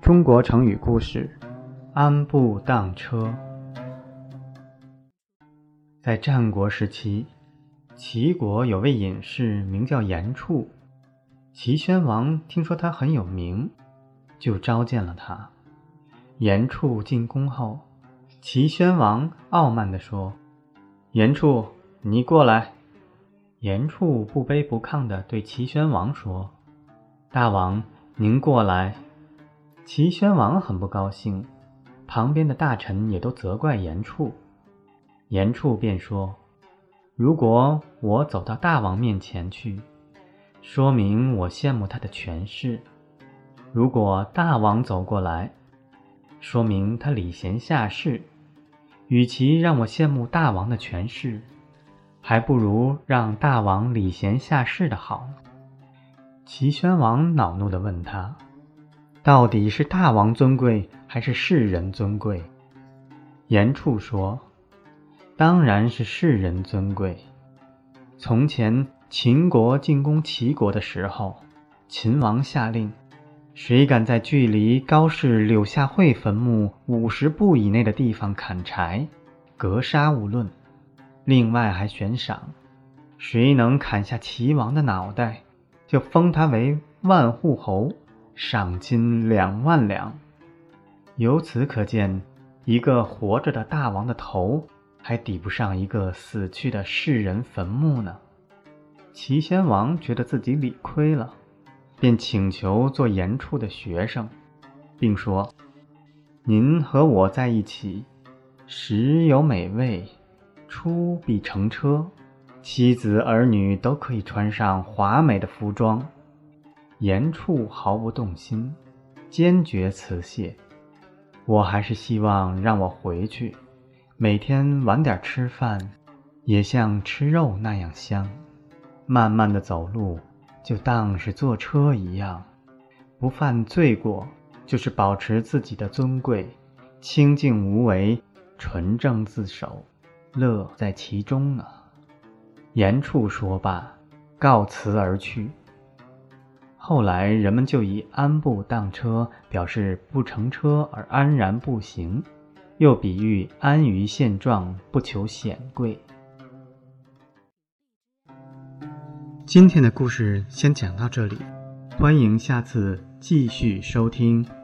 中国成语故事，安步当车。在战国时期，齐国有位隐士名叫严处，齐宣王听说他很有名，就召见了他。严处进宫后，齐宣王傲慢地说：“严处，你过来。”严处不卑不亢地对齐宣王说：“大王，您过来。”齐宣王很不高兴，旁边的大臣也都责怪严处。严处便说：“如果我走到大王面前去，说明我羡慕他的权势；如果大王走过来，说明他礼贤下士。与其让我羡慕大王的权势，还不如让大王礼贤下士的好。”齐宣王恼怒地问他：“到底是大王尊贵，还是世人尊贵？”严处说：“当然是世人尊贵。从前秦国进攻齐国的时候，秦王下令，谁敢在距离高氏柳下惠坟墓50步以内的地方砍柴，格杀勿论。另外还悬赏，谁能砍下齐王的脑袋，就封他为万户侯，赏金2万两。由此可见，一个活着的大王的头还抵不上一个死去的世人坟墓呢。”齐宣王觉得自己理亏了，便请求做严处的学生，并说：“您和我在一起，食有美味，出必乘车，妻子儿女都可以穿上华美的服装。”严处毫不动心，坚决辞谢：“我还是希望让我回去，每天晚点吃饭，也像吃肉那样香。慢慢的走路，就当是坐车一样，不犯罪过，就是保持自己的尊贵，清静无为，纯正自守，乐在其中呢。”严处说罢，告辞而去。后来人们就以安步当车表示不乘车而安然步行，又比喻安于现状，不求显贵。今天的故事先讲到这里，欢迎下次继续收听。